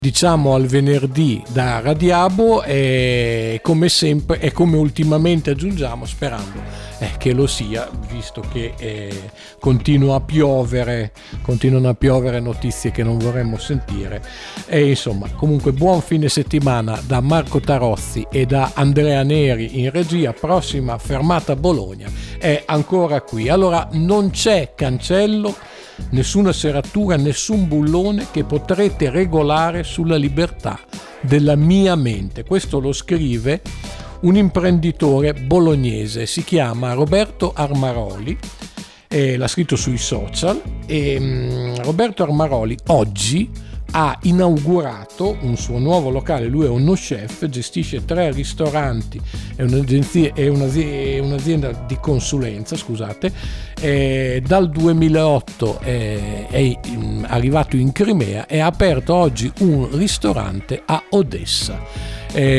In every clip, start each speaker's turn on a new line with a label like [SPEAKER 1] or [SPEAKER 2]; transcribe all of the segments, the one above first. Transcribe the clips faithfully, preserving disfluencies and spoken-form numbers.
[SPEAKER 1] diciamo al venerdì da Radiabo, e come sempre e come ultimamente aggiungiamo, sperando eh, che lo sia, visto che eh, continua a piovere continuano a piovere notizie che non vorremmo sentire. E insomma, comunque buon fine settimana da Marco Tarozzi e da Andrea Neri in regia. Prossima fermata Bologna è ancora qui. Allora, non c'è cancello, nessuna serratura, nessun bullone che potrete regolare sulla libertà della mia mente. Questo lo scrive un imprenditore bolognese, si chiama Roberto Armaroli, e l'ha scritto sui social. E um, Roberto Armaroli oggi ha inaugurato un suo nuovo locale. Lui è uno chef, gestisce tre ristoranti, è un'agenzia, è un'azienda di consulenza, scusate. Eh, dal duemilaotto è, è arrivato in Crimea e ha aperto oggi un ristorante a Odessa.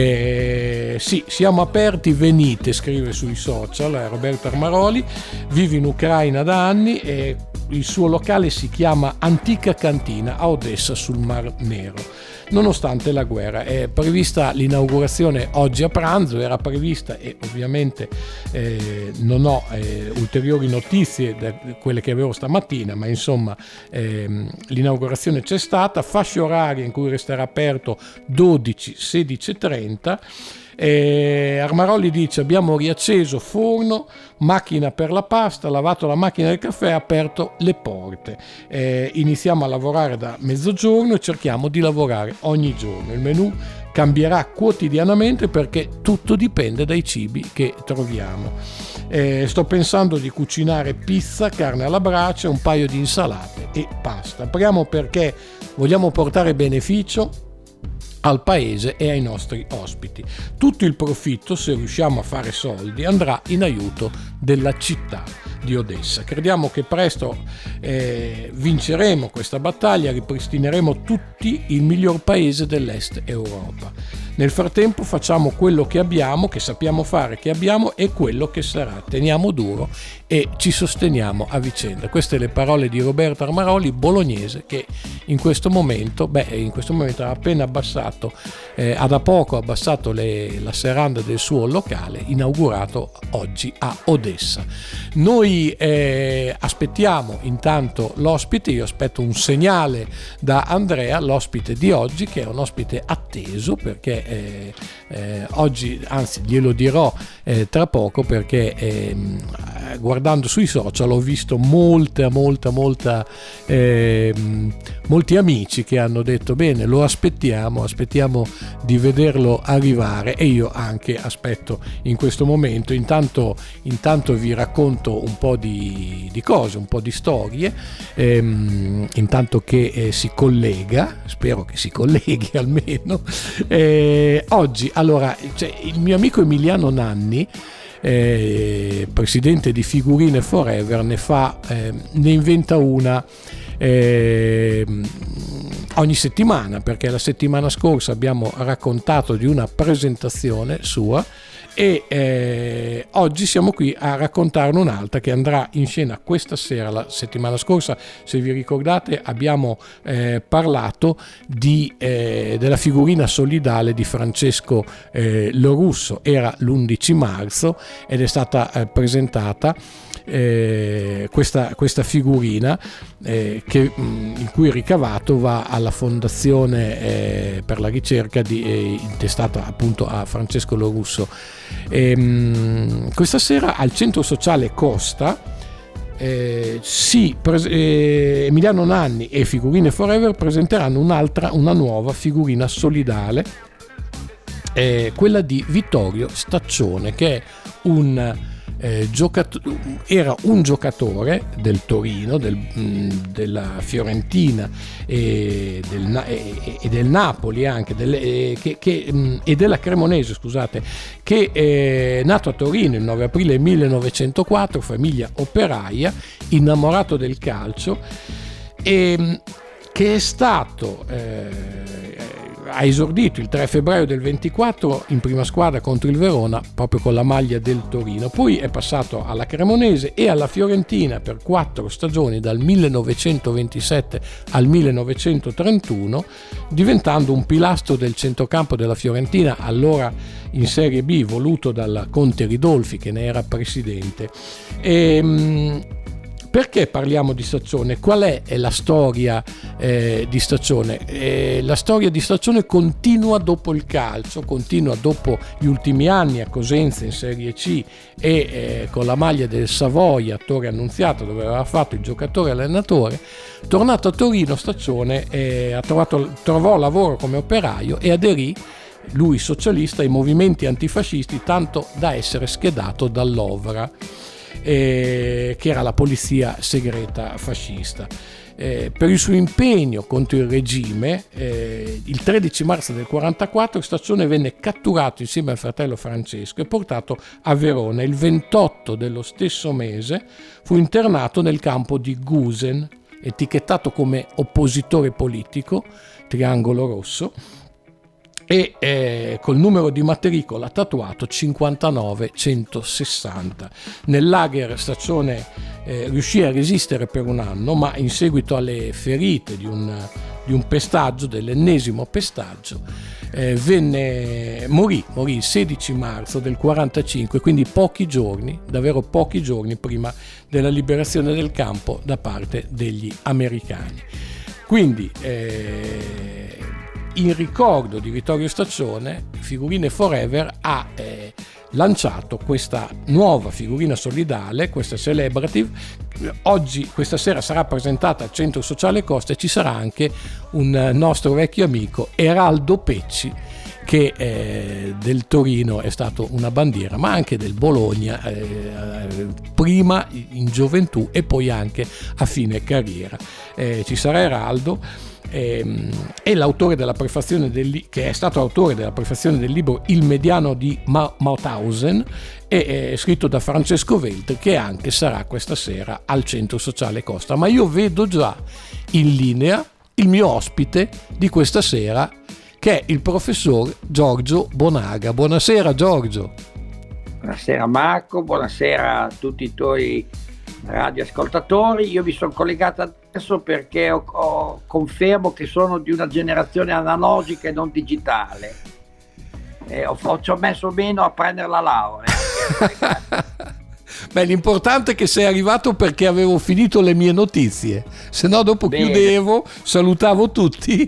[SPEAKER 1] Eh, sì, siamo aperti, venite, scrive sui social eh, Roberto Armaroli, vive in Ucraina da anni e il suo locale si chiama Antica Cantina a Odessa sul Mar Nero. Nonostante la guerra, è prevista l'inaugurazione oggi a pranzo, era prevista, e ovviamente eh, non ho eh, ulteriori notizie da quelle che avevo stamattina, ma insomma eh, l'inaugurazione c'è stata, fasce orarie in cui resterà aperto dodici, sedici e trenta. Eh, Armaroli dice: abbiamo riacceso forno, macchina per la pasta, lavato la macchina del caffè, aperto le porte. Eh, iniziamo a lavorare da mezzogiorno e cerchiamo di lavorare ogni giorno. Il menù cambierà quotidianamente perché tutto dipende dai cibi che troviamo. Eh, sto pensando di cucinare pizza, carne alla brace, un paio di insalate e pasta. Apriamo perché vogliamo portare beneficio al paese e ai nostri ospiti. Tutto il profitto, se riusciamo a fare soldi, andrà in aiuto della città di Odessa. Crediamo che presto eh, vinceremo questa battaglia, ripristineremo tutti il miglior paese dell'Est Europa. Nel frattempo facciamo quello che abbiamo, che sappiamo fare, che abbiamo, e quello che sarà. Teniamo duro e ci sosteniamo a vicenda. Queste le parole di Roberto Armaroli, bolognese, che in questo momento, beh, in questo momento ha appena abbassato, eh, ha da poco abbassato le, la serranda del suo locale, inaugurato oggi a Odessa. Noi eh, aspettiamo intanto l'ospite, io aspetto un segnale da Andrea, l'ospite di oggi, che è un ospite atteso, perché eh, eh, oggi, anzi glielo dirò eh, tra poco, perché eh, guardando sui social ho visto molta molta molta eh, molti amici che hanno detto bene, lo aspettiamo aspettiamo di vederlo arrivare, e io anche aspetto in questo momento. Intanto, intanto vi racconto un po' di, di cose, un po' di storie, ehm, intanto che eh, si collega, spero che si colleghi almeno. Eh, oggi, allora, cioè, il mio amico Emiliano Nanni, eh, presidente di Figurine Forever, ne fa, eh, ne inventa una eh, ogni settimana, perché la settimana scorsa abbiamo raccontato di una presentazione sua, e eh, oggi siamo qui a raccontarne un'altra che andrà in scena questa sera. La settimana scorsa, se vi ricordate, abbiamo eh, parlato di, eh, della figurina solidale di Francesco eh, Lorusso. Era l'undici marzo ed è stata eh, presentata eh, questa, questa figurina eh, che, mh, il cui ricavato va alla fondazione eh, per la ricerca di, eh, intestata appunto a Francesco Lorusso. E, mh, questa sera al centro sociale Costa eh, sì, pres- eh, Emiliano Nanni e Figurine Forever presenteranno un'altra, una nuova figurina solidale, eh, quella di Vittorio Staccione, che è un Eh, giocato- era un giocatore del Torino, del, mh, della Fiorentina e del, e, e del Napoli anche, del, e, che, che, mh, e della Cremonese, scusate, che è nato a Torino il nove aprile millenovecentoquattro, famiglia operaia, innamorato del calcio, e mh, che è stato eh, ha esordito il tre febbraio del ventiquattro in prima squadra contro il Verona, proprio con la maglia del Torino. Poi è passato alla Cremonese e alla Fiorentina per quattro stagioni, dal millenovecentoventisette al millenovecentotrentuno, diventando un pilastro del centrocampo della Fiorentina, allora in Serie B, voluto dal Conte Ridolfi, che ne era presidente. E, perché parliamo di Staccione? Qual è la storia eh, di Staccione? Eh, la storia di Staccione continua dopo il calcio, continua dopo gli ultimi anni a Cosenza in Serie C e eh, con la maglia del Savoia, Torre Annunziata, dove aveva fatto il giocatore allenatore. Tornato a Torino, Staccione eh, ha trovato, trovò lavoro come operaio e aderì, lui socialista, ai movimenti antifascisti, tanto da essere schedato dall'Ovra, Eh, che era la polizia segreta fascista. Eh, per il suo impegno contro il regime, eh, il tredici marzo del quarantaquattro Staccione venne catturato insieme al fratello Francesco e portato a Verona. Il ventotto dello stesso mese fu internato nel campo di Gusen, etichettato come oppositore politico, triangolo rosso, e eh, col numero di matricola tatuato cinquantanove centosessanta. Nel lager Staccione eh, riuscì a resistere per un anno, ma in seguito alle ferite di un, di un pestaggio, dell'ennesimo pestaggio, eh, venne, morì, morì il sedici marzo del quarantacinque, quindi pochi giorni, davvero pochi giorni prima della liberazione del campo da parte degli americani. Quindi eh, in ricordo di Vittorio Staccione, Figurine Forever ha eh, lanciato questa nuova figurina solidale, questa celebrative. Oggi, questa sera, sarà presentata al Centro Sociale Costa e ci sarà anche un nostro vecchio amico, Eraldo Pecci, che eh, del Torino è stato una bandiera, ma anche del Bologna, eh, prima in gioventù e poi anche a fine carriera. Eh, ci sarà Eraldo. E l'autore della prefazione del, che è stato autore della prefazione del libro Il Mediano di Mauthausen, è, è scritto da Francesco Veltri, che anche sarà questa sera al Centro Sociale Costa. Ma io vedo già in linea il mio ospite di questa sera, che è il professor Giorgio Bonaga. Buonasera Giorgio.
[SPEAKER 2] Buonasera Marco, buonasera a tutti i tuoi radioascoltatori. Io mi sono collegato adesso perché ho, ho, confermo che sono di una generazione analogica e non digitale. E ho, ci ho messo meno a prendere la laurea.
[SPEAKER 1] Beh, l'importante è che sei arrivato perché avevo finito le mie notizie, se no dopo Bene. chiudevo, salutavo tutti.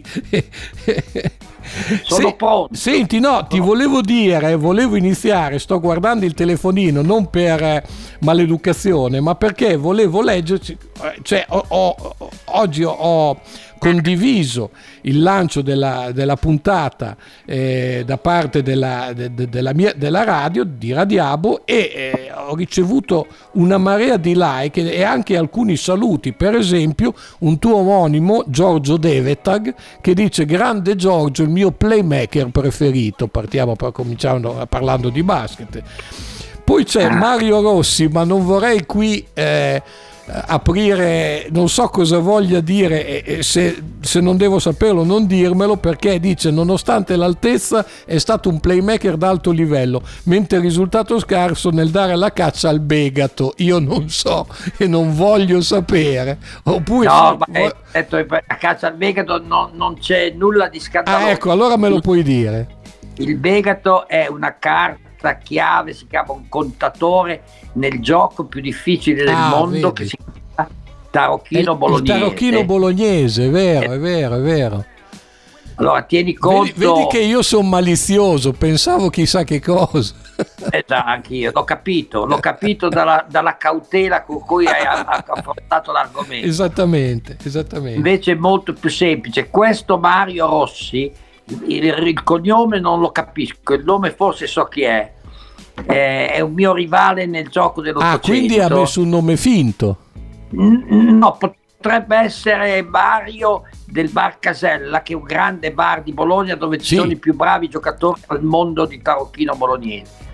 [SPEAKER 2] Sono Se, pronto.
[SPEAKER 1] Senti, no, ti volevo dire, volevo iniziare, sto guardando il telefonino non per eh, maleducazione, ma perché volevo leggerci, cioè ho, ho, oggi ho, ho condiviso il lancio della, della puntata eh, da parte della, de, de, della, mia, della radio, di Radiabo, e eh, ho ricevuto una marea di like e anche alcuni saluti, per esempio un tuo omonimo, Giorgio Devetag, che dice: grande Giorgio, il mio playmaker preferito. Partiamo per cominciando parlando di basket. Poi c'è Mario Rossi, ma non vorrei qui eh, aprire, non so cosa voglia dire, e se, se non devo saperlo non dirmelo, perché dice: nonostante l'altezza è stato un playmaker d'alto livello, mentre il risultato scarso nel dare la caccia al Begato. Io non so e non voglio sapere. Oppure
[SPEAKER 2] no, ma vo- detto, a caccia al Begato non, non c'è nulla di scandaloso.
[SPEAKER 1] Ah, ecco, allora me lo puoi dire.
[SPEAKER 2] Il Begato è una carta chiave, si chiama un contatore nel gioco più difficile del ah, mondo, vedi. Che si chiama tarocchino bolognese.
[SPEAKER 1] Il tarocchino bolognese, è vero, è vero, è vero.
[SPEAKER 2] Allora tieni conto.
[SPEAKER 1] Vedi, vedi che io sono malizioso, pensavo chissà che cosa.
[SPEAKER 2] Eh già, anch'io, l'ho capito, l'ho capito dalla, dalla cautela con cui hai affrontato l'argomento.
[SPEAKER 1] Esattamente, esattamente.
[SPEAKER 2] Invece è molto più semplice. Questo Mario Rossi, il, il cognome non lo capisco, il nome forse so chi è. Eh, è un mio rivale nel gioco dell'Ottocento.
[SPEAKER 1] Ah, quindi ha messo un nome finto?
[SPEAKER 2] N- no, potrebbe essere Mario del Bar Casella, che è un grande bar di Bologna dove ci sì. sono i più bravi giocatori al mondo di tarocchino bolognese.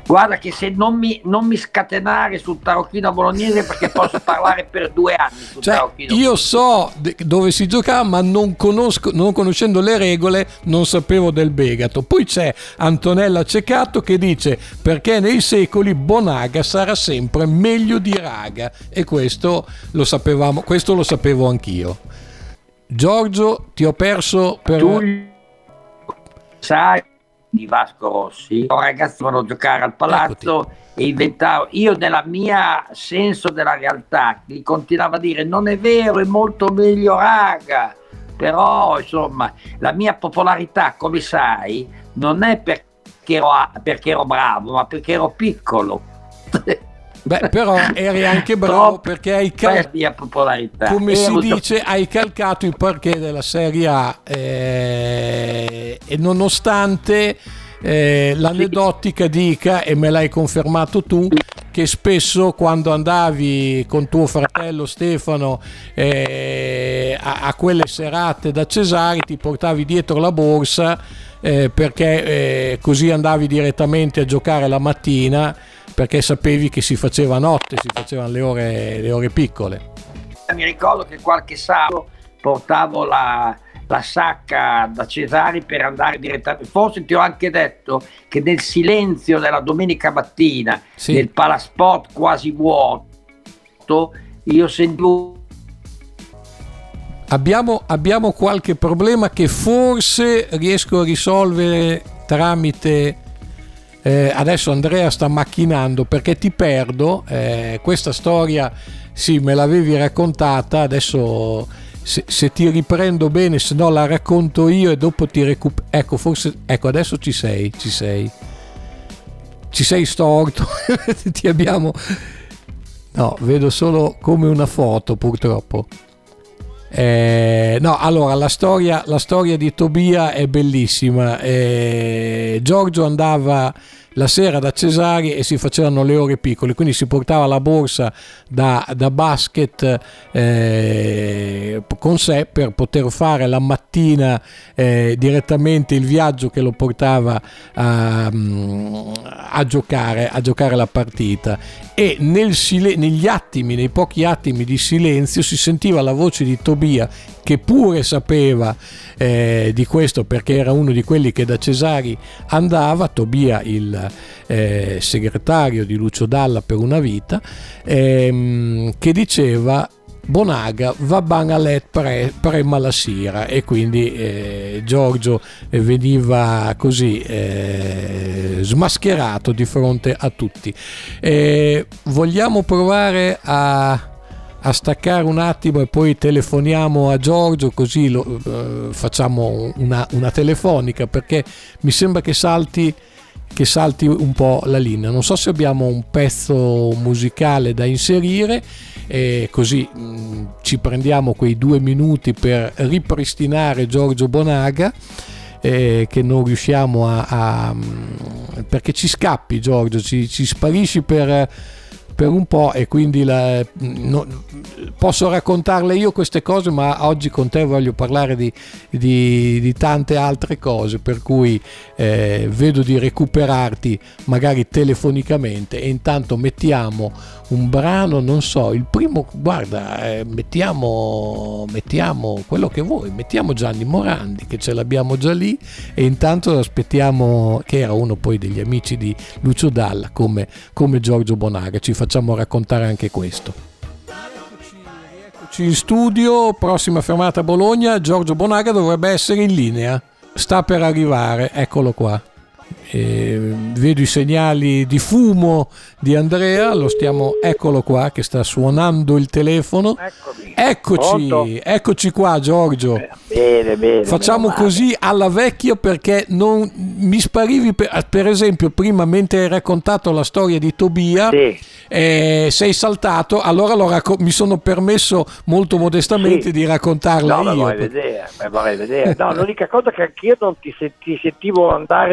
[SPEAKER 2] Guarda che se non mi, non mi scatenare sul tarocchino bolognese, perché posso parlare per due anni sul
[SPEAKER 1] cioè,
[SPEAKER 2] tarocchino
[SPEAKER 1] io
[SPEAKER 2] bolognese.
[SPEAKER 1] so dove si giocava, ma non conosco, non conoscendo le regole non sapevo del Begato. Poi c'è Antonella Ceccato che dice: perché nei secoli Bonaga sarà sempre meglio di Raga, e questo lo sapevamo, questo lo sapevo anch'io. Giorgio, ti ho perso per...
[SPEAKER 2] Tu sai di Vasco Rossi, i ragazzi vanno a giocare al palazzo. Eccoti. E inventavo, io nella mia senso della realtà gli continuavo a dire: non è vero, è molto meglio Raga. Però insomma la mia popolarità, come sai, non è perché ero, perché ero bravo, ma perché ero piccolo.
[SPEAKER 1] Beh, però eri anche bravo perché hai cal-
[SPEAKER 2] mia popolarità.
[SPEAKER 1] come
[SPEAKER 2] Ero
[SPEAKER 1] si dice, hai calcato il parquet della Serie A, eh, e nonostante eh, l'aneddotica dica, e me l'hai confermato tu, che spesso quando andavi con tuo fratello Stefano eh, a, a quelle serate da Cesari ti portavi dietro la borsa, eh, perché eh, così andavi direttamente a giocare la mattina, perché sapevi che si faceva notte, si facevano le ore, le ore piccole.
[SPEAKER 2] Mi ricordo che qualche sabato portavo la, la sacca da Cesari per andare direttamente. Forse ti ho anche detto che nel silenzio della domenica mattina, sì, nel Palasport quasi vuoto, io sentivo...
[SPEAKER 1] Abbiamo, abbiamo qualche problema che forse riesco a risolvere tramite... Eh, adesso Andrea sta macchinando perché ti perdo, eh, questa storia sì me l'avevi raccontata, adesso se, se ti riprendo bene, se no la racconto io e dopo ti recupero. Ecco, forse, ecco, adesso ci sei, ci sei, ci sei storto. Ti abbiamo, no, vedo solo come una foto purtroppo. Eh, no, allora la storia, la storia di Tobia è bellissima. Eh, Giorgio andava la sera da Cesari e si facevano le ore piccole, quindi si portava la borsa da, da basket eh, con sé per poter fare la mattina eh, direttamente il viaggio che lo portava a, a giocare a giocare la partita, e nel sil- negli attimi, nei pochi attimi di silenzio si sentiva la voce di Tobia, che pure sapeva eh, di questo perché era uno di quelli che da Cesari andava, Tobia il eh, segretario di Lucio Dalla per una vita, ehm, che diceva: Bonaga va ban a let pre, prema la sera, e quindi eh, Giorgio veniva così eh, smascherato di fronte a tutti. Eh, vogliamo provare a a staccare un attimo e poi telefoniamo a Giorgio, così lo, eh, facciamo una, una telefonica, perché mi sembra che salti che salti un po' la linea. Non so se abbiamo un pezzo musicale da inserire, e così mh, ci prendiamo quei due minuti per ripristinare Giorgio Bonaga, eh, che non riusciamo a, a perché ci scappi Giorgio, ci, ci sparisci per per un po', e quindi la, no, posso raccontarle io queste cose, ma oggi con te voglio parlare di, di, di tante altre cose, per cui eh, vedo di recuperarti magari telefonicamente, e intanto mettiamo un brano, non so, il primo, guarda, eh, mettiamo mettiamo quello che vuoi, mettiamo Gianni Morandi, che ce l'abbiamo già lì, e intanto aspettiamo, che era uno poi degli amici di Lucio Dalla, come, come Giorgio Bonaga, ci facciamo raccontare anche questo. Rieccoci, rieccoci in studio, prossima fermata a Bologna, Giorgio Bonaga dovrebbe essere in linea, sta per arrivare, eccolo qua. Eh, vedo i segnali di fumo di Andrea, lo stiamo, eccolo qua che sta suonando il telefono.
[SPEAKER 2] Eccomi.
[SPEAKER 1] Eccoci,
[SPEAKER 2] Pronto?
[SPEAKER 1] eccoci qua Giorgio.
[SPEAKER 2] Bene, bene.
[SPEAKER 1] Facciamo così alla vecchia, perché non mi sparivi per, per esempio prima mentre hai raccontato la storia di Tobia, sì. eh, sei saltato, allora lo racco- mi sono permesso molto modestamente sì. di raccontarla
[SPEAKER 2] no,
[SPEAKER 1] io.
[SPEAKER 2] Vorrei vedere, vorrei vedere. No, l'unica cosa che anch'io non ti, se- ti sentivo andare e venire,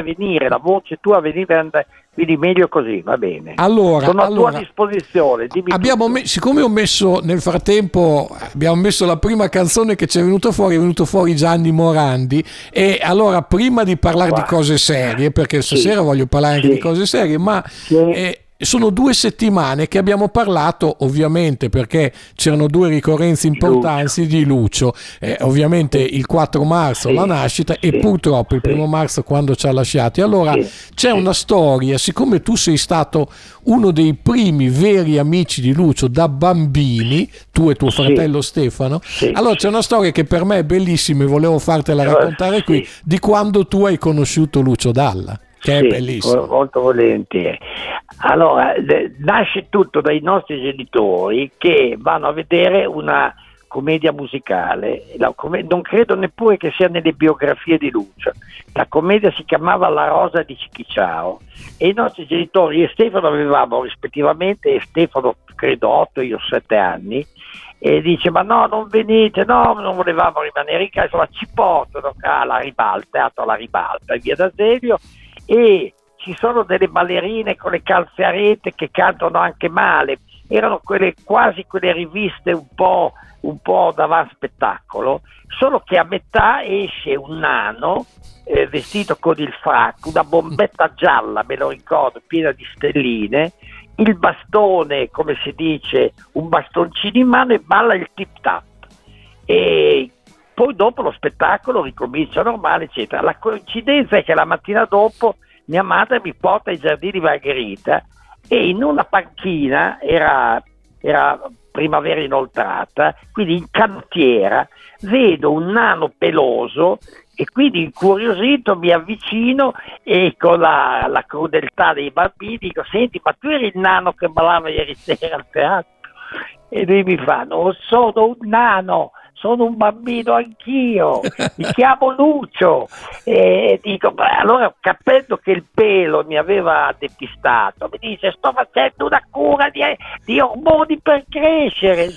[SPEAKER 2] sentire la voce tua venire, quindi meglio così, va bene.
[SPEAKER 1] Allora,
[SPEAKER 2] sono a
[SPEAKER 1] allora,
[SPEAKER 2] tua disposizione. Dimmi
[SPEAKER 1] abbiamo me- siccome ho messo nel frattempo, abbiamo messo la prima canzone che ci è venuto fuori, è venuto fuori Gianni Morandi, e allora prima di parlare
[SPEAKER 2] Qua.
[SPEAKER 1] di cose serie, perché stasera
[SPEAKER 2] sì,
[SPEAKER 1] voglio parlare anche
[SPEAKER 2] sì,
[SPEAKER 1] di cose serie, ma
[SPEAKER 2] sì.
[SPEAKER 1] eh, sono due settimane che abbiamo parlato, ovviamente perché c'erano due ricorrenze importanti di Lucio, eh, ovviamente il quattro marzo
[SPEAKER 2] sì,
[SPEAKER 1] la nascita
[SPEAKER 2] sì,
[SPEAKER 1] e purtroppo il
[SPEAKER 2] sì.
[SPEAKER 1] primo marzo quando ci ha lasciati. Allora
[SPEAKER 2] Sì,
[SPEAKER 1] c'è
[SPEAKER 2] sì.
[SPEAKER 1] una storia, siccome tu sei stato uno dei primi veri amici di Lucio da bambini, tu e tuo
[SPEAKER 2] Sì.
[SPEAKER 1] fratello Stefano,
[SPEAKER 2] Sì.
[SPEAKER 1] allora c'è una storia che per me è bellissima e volevo fartela
[SPEAKER 2] Eh,
[SPEAKER 1] raccontare
[SPEAKER 2] sì.
[SPEAKER 1] qui, di quando tu hai conosciuto Lucio Dalla, che
[SPEAKER 2] Sì,
[SPEAKER 1] è bellissimo.
[SPEAKER 2] molto volentieri. Allora, le- nasce tutto dai nostri genitori che vanno a vedere una commedia musicale. La com- non credo neppure che sia nelle biografie di Lucio. La commedia si chiamava La Rosa di Cicciao e i nostri genitori e Stefano avevamo rispettivamente, e Stefano credo otto, io sette anni, e dice ma no, non venite, no, non volevamo rimanere in casa, insomma ci portano alla Ribalta, teatro alla Ribalta, in via d'Azeglio, e ci sono delle ballerine con le calze a rete che cantano anche male, erano quelle quasi quelle riviste un po', un po' davanti spettacolo, solo che a metà esce un nano eh, vestito con il frac, una bombetta gialla, me lo ricordo, piena di stelline, il bastone, come si dice, un bastoncino in mano e balla il tip tap. E poi dopo lo spettacolo ricomincia normale, eccetera. La coincidenza è che la mattina dopo mia madre mi porta ai Giardini Margherita e in una panchina, era, era primavera inoltrata, quindi in canottiera, vedo un nano peloso e quindi incuriosito mi avvicino e con la, la crudeltà dei bambini dico: senti, ma tu eri il nano che ballava ieri sera al teatro? E lui mi fa: non sono un nano, sono un bambino anch'io, mi chiamo Lucio. E dico, beh, allora, capendo che il pelo mi aveva depistato, mi dice: sto facendo una cura di, di ormoni per crescere.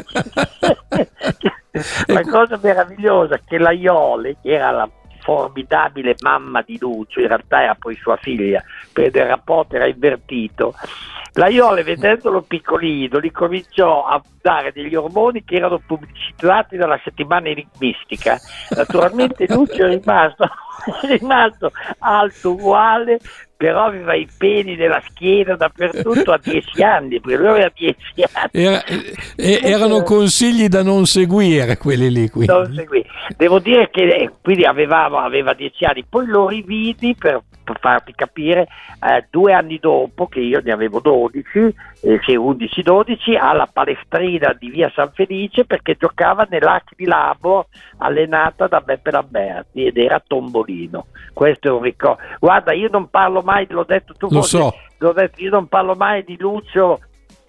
[SPEAKER 2] La cosa meravigliosa che la Iole, che era la formidabile mamma di Lucio, in realtà era poi sua figlia, perché il rapporto era invertito, la Iole, vedendolo piccolino, gli cominciò a dare degli ormoni che erano pubblicizzati dalla Settimana Enigmistica. Naturalmente Lucio è rimasto, è rimasto alto uguale, però aveva i peli nella schiena dappertutto a dieci anni, perché lui aveva dieci anni.
[SPEAKER 1] Era, eh, erano consigli da non seguire quelli lì. Quindi.
[SPEAKER 2] Non seguì. Devo dire che eh, quindi avevamo, aveva dieci anni, poi lo rividi per, per farti capire eh, due anni dopo, che io ne avevo dodici, eh, cioè undici dodici, alla palestrina di via San Felice, perché giocava nell'H di Labo allenata da Beppe Lamberti ed era Tombolino. Questo è un ricordo. Guarda, io non parlo mai, l'ho detto tu,
[SPEAKER 1] lo
[SPEAKER 2] forse,
[SPEAKER 1] so.
[SPEAKER 2] l'ho detto, io non parlo mai di Lucio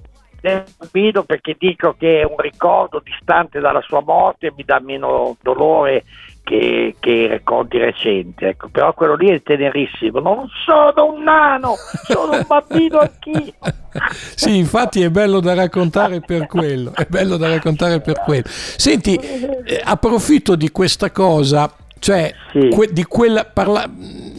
[SPEAKER 2] del bambino perché dico che è un ricordo distante dalla sua morte e mi dà meno dolore che, che i ricordi recenti, ecco. Però quello lì è tenerissimo. Non sono un nano, sono un bambino anch'io.
[SPEAKER 1] Sì, infatti è bello da raccontare per quello, è bello da raccontare per quello. Senti, eh, approfitto di questa cosa, cioè
[SPEAKER 2] sì.
[SPEAKER 1] que- di quella parla-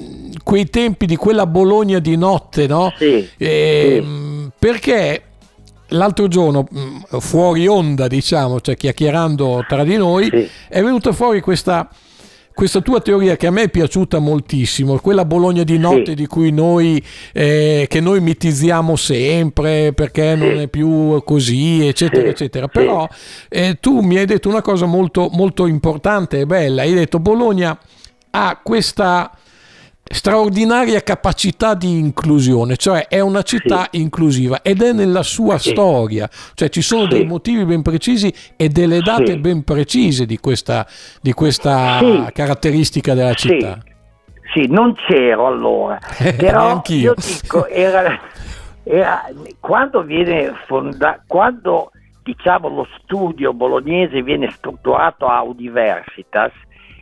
[SPEAKER 1] quei tempi di quella Bologna di notte, no?
[SPEAKER 2] Sì,
[SPEAKER 1] Eh,
[SPEAKER 2] sì.
[SPEAKER 1] Perché l'altro giorno, fuori onda, diciamo, cioè chiacchierando tra di noi,
[SPEAKER 2] sì.
[SPEAKER 1] è venuta fuori questa, questa tua teoria che a me è piaciuta moltissimo, quella Bologna di notte, sì, di cui noi, eh, che noi mitizziamo sempre perché sì, non è più così, eccetera, sì, eccetera. Sì. Però eh, tu mi hai detto una cosa molto, molto importante e bella, hai detto Bologna ha questa straordinaria capacità di inclusione, cioè è una città sì, inclusiva ed è nella sua sì, storia, cioè ci sono sì, dei motivi ben precisi e delle date sì, ben precise di questa, di questa sì, caratteristica della città.
[SPEAKER 2] Sì, sì, non c'ero allora, però io dico, era, era, quando viene fondato, quando diciamo lo studio bolognese viene strutturato a Universitas,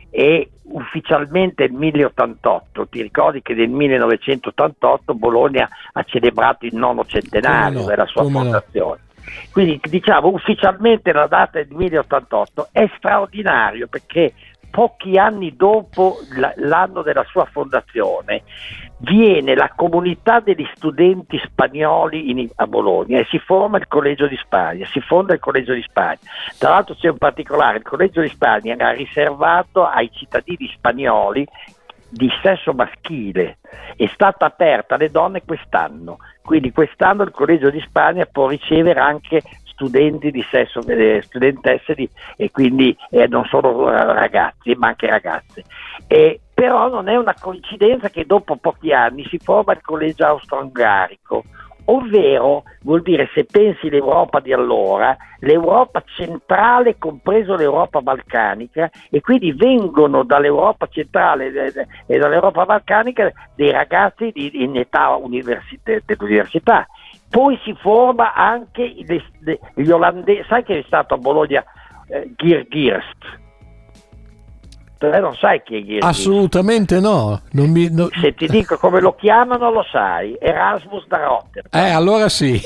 [SPEAKER 2] e ufficialmente nel milleottantotto, ti ricordi che nel millenovecentottantotto Bologna ha celebrato il nono centenario no, della sua fondazione, no. Quindi diciamo ufficialmente la data del milleottantotto è straordinario perché pochi anni dopo l'anno della sua fondazione, viene la comunità degli studenti spagnoli in, a Bologna e si forma il Collegio di Spagna, si fonda il Collegio di Spagna. Tra l'altro c'è un particolare: il Collegio di Spagna era riservato ai cittadini spagnoli di sesso maschile, è stata aperta alle donne quest'anno, quindi quest'anno il Collegio di Spagna può ricevere anche studenti di sesso, eh, studentesse di, e quindi eh, non solo ragazzi ma anche ragazze. E, però non è una coincidenza che dopo pochi anni si forma il Collegio Austro-Ungarico, ovvero vuol dire, se pensi l'Europa di allora, l'Europa centrale compreso l'Europa balcanica, e quindi vengono dall'Europa centrale e dall'Europa balcanica dei ragazzi di, in età università, dell'università. Poi si forma anche gli, gli olandesi, sai che è stato a Bologna eh, Geert Geerst? Te non sai chi è Geert?
[SPEAKER 1] Assolutamente no. Non mi, no.
[SPEAKER 2] Se ti dico come lo chiamano lo sai, Erasmus da Rotterdam.
[SPEAKER 1] Eh, allora sì.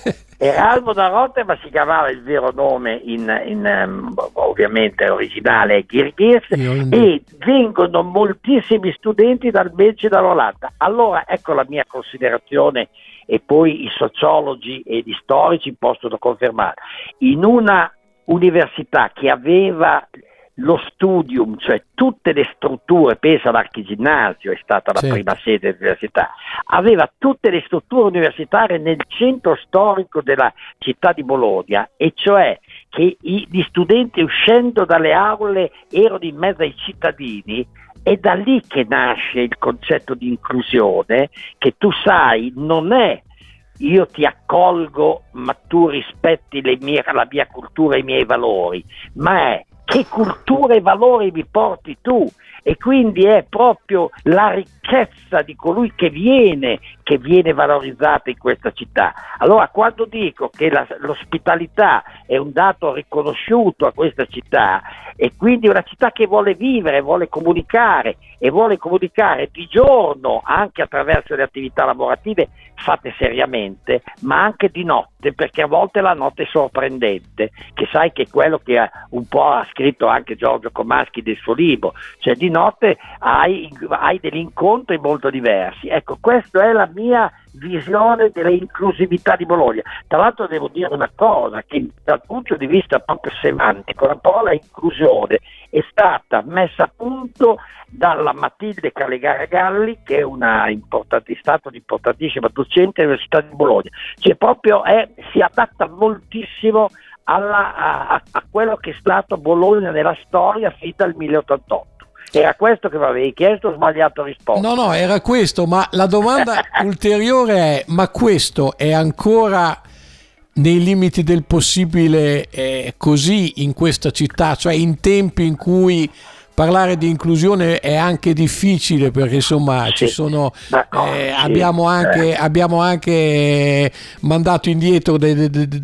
[SPEAKER 2] Erasmus da Rotterdam si chiamava il vero nome, in, in um, ovviamente originale è Geert Geerst, e vengono moltissimi studenti dal Belgio e dall'Olanda. Allora ecco la mia considerazione, e poi i sociologi e gli storici possono confermare. In una università che aveva lo studium, cioè tutte le strutture, pensa all'Archiginnasio, è stata la
[SPEAKER 1] certo.
[SPEAKER 2] prima sede dell'università, aveva tutte le strutture universitarie nel centro storico della città di Bologna, e cioè che i, gli studenti uscendo dalle aule erano in mezzo ai cittadini. È da lì che nasce il concetto di inclusione, che tu sai non è io ti accolgo ma tu rispetti le mie, la mia cultura e i miei valori, ma è che cultura e valori mi porti tu, e quindi è proprio la ricchezza di colui che viene che viene valorizzata in questa città. Allora quando dico che la, l'ospitalità è un dato riconosciuto a questa città, e quindi una città che vuole vivere, vuole comunicare e vuole comunicare di giorno anche attraverso le attività lavorative fatte seriamente, ma anche di notte, perché a volte la notte è sorprendente, che sai che è quello che ha un po' ha scritto anche Giorgio Comaschi del suo libro, cioè di notte hai, hai degli incontri molto diversi. Ecco, questa è la mia visione dell'inclusività di Bologna. Tra l'altro devo dire una cosa, che dal punto di vista proprio semantico la parola inclusione è stata messa a punto dalla Matilde Calegari Galli, che è una importante, è stata un'importantissima docente dell'Università di Bologna, cioè proprio è, si adatta moltissimo alla, a, a quello che è stato Bologna nella storia fin dal milleottantotto. Era questo che mi avevi chiesto, ho sbagliato risposta?
[SPEAKER 1] No, no, era questo, ma la domanda ulteriore è: ma questo è ancora nei limiti del possibile eh, così in questa città, cioè in tempi in cui parlare di inclusione è anche difficile, perché insomma
[SPEAKER 2] sì,
[SPEAKER 1] ci sono eh,
[SPEAKER 2] sì,
[SPEAKER 1] abbiamo anche
[SPEAKER 2] eh.
[SPEAKER 1] abbiamo anche mandato indietro dei, dei, dei,